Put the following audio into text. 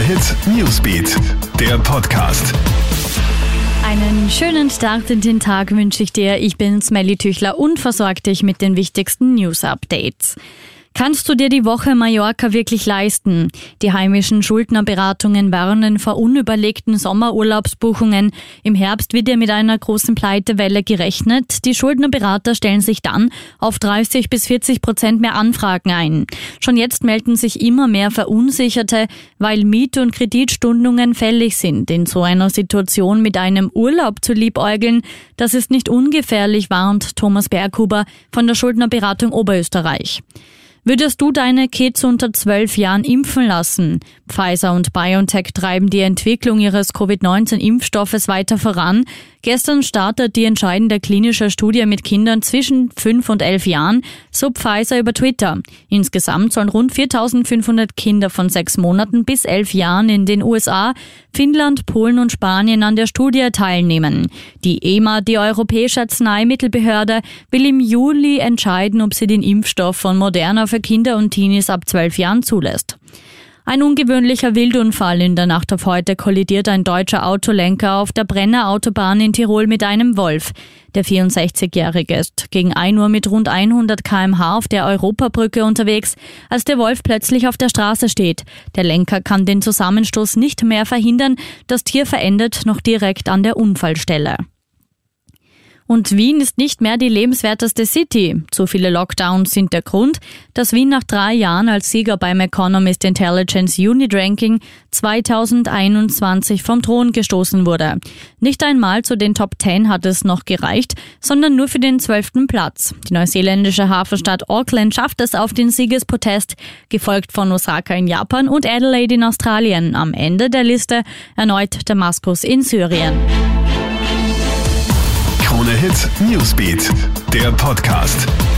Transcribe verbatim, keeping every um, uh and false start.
Hit Newsbeat, der Podcast. Einen schönen Start in den Tag wünsche ich dir. Ich bin Smelly Tüchler und versorge dich mit den wichtigsten News-Updates. Kannst du dir die Woche Mallorca wirklich leisten? Die heimischen Schuldnerberatungen warnen vor unüberlegten Sommerurlaubsbuchungen. Im Herbst wird ja mit einer großen Pleitewelle gerechnet. Die Schuldnerberater stellen sich dann auf dreißig bis vierzig Prozent mehr Anfragen ein. Schon jetzt melden sich immer mehr Verunsicherte, weil Miet- und Kreditstundungen fällig sind. In so einer Situation mit einem Urlaub zu liebäugeln, das ist nicht ungefährlich, warnt Thomas Berghuber von der Schuldnerberatung Oberösterreich. Würdest du deine Kids unter zwölf Jahren impfen lassen? Pfizer und BioNTech treiben die Entwicklung ihres Covid neunzehn Impfstoffes weiter voran. Gestern startet die entscheidende klinische Studie mit Kindern zwischen fünf und elf Jahren, so Pfizer über Twitter. Insgesamt sollen rund viertausendfünfhundert Kinder von sechs Monaten bis elf Jahren in den U S A, Finnland, Polen und Spanien an der Studie teilnehmen. Die E M A, die Europäische Arzneimittelbehörde, will im Juli entscheiden, ob sie den Impfstoff von Moderna für Kinder und Teenies ab zwölf Jahren zulässt. Ein ungewöhnlicher Wildunfall. In der Nacht auf heute kollidiert ein deutscher Autolenker auf der Brenner Autobahn in Tirol mit einem Wolf. Der vierundsechzigjährige ist gegen ein Uhr mit rund hundert Kilometer pro Stunde auf der Europabrücke unterwegs, als der Wolf plötzlich auf der Straße steht. Der Lenker kann den Zusammenstoß nicht mehr verhindern. Das Tier verendet noch direkt an der Unfallstelle. Und Wien ist nicht mehr die lebenswerteste City. Zu viele Lockdowns sind der Grund, dass Wien nach drei Jahren als Sieger beim Economist Intelligence Unit Ranking zweitausendeinundzwanzig vom Thron gestoßen wurde. Nicht einmal zu den Top zehn hat es noch gereicht, sondern nur für den zwölften Platz. Die neuseeländische Hafenstadt Auckland schafft es auf den Siegespodest, gefolgt von Osaka in Japan und Adelaide in Australien. Am Ende der Liste erneut Damaskus in Syrien. Krone Hit Newsbeat, der Podcast.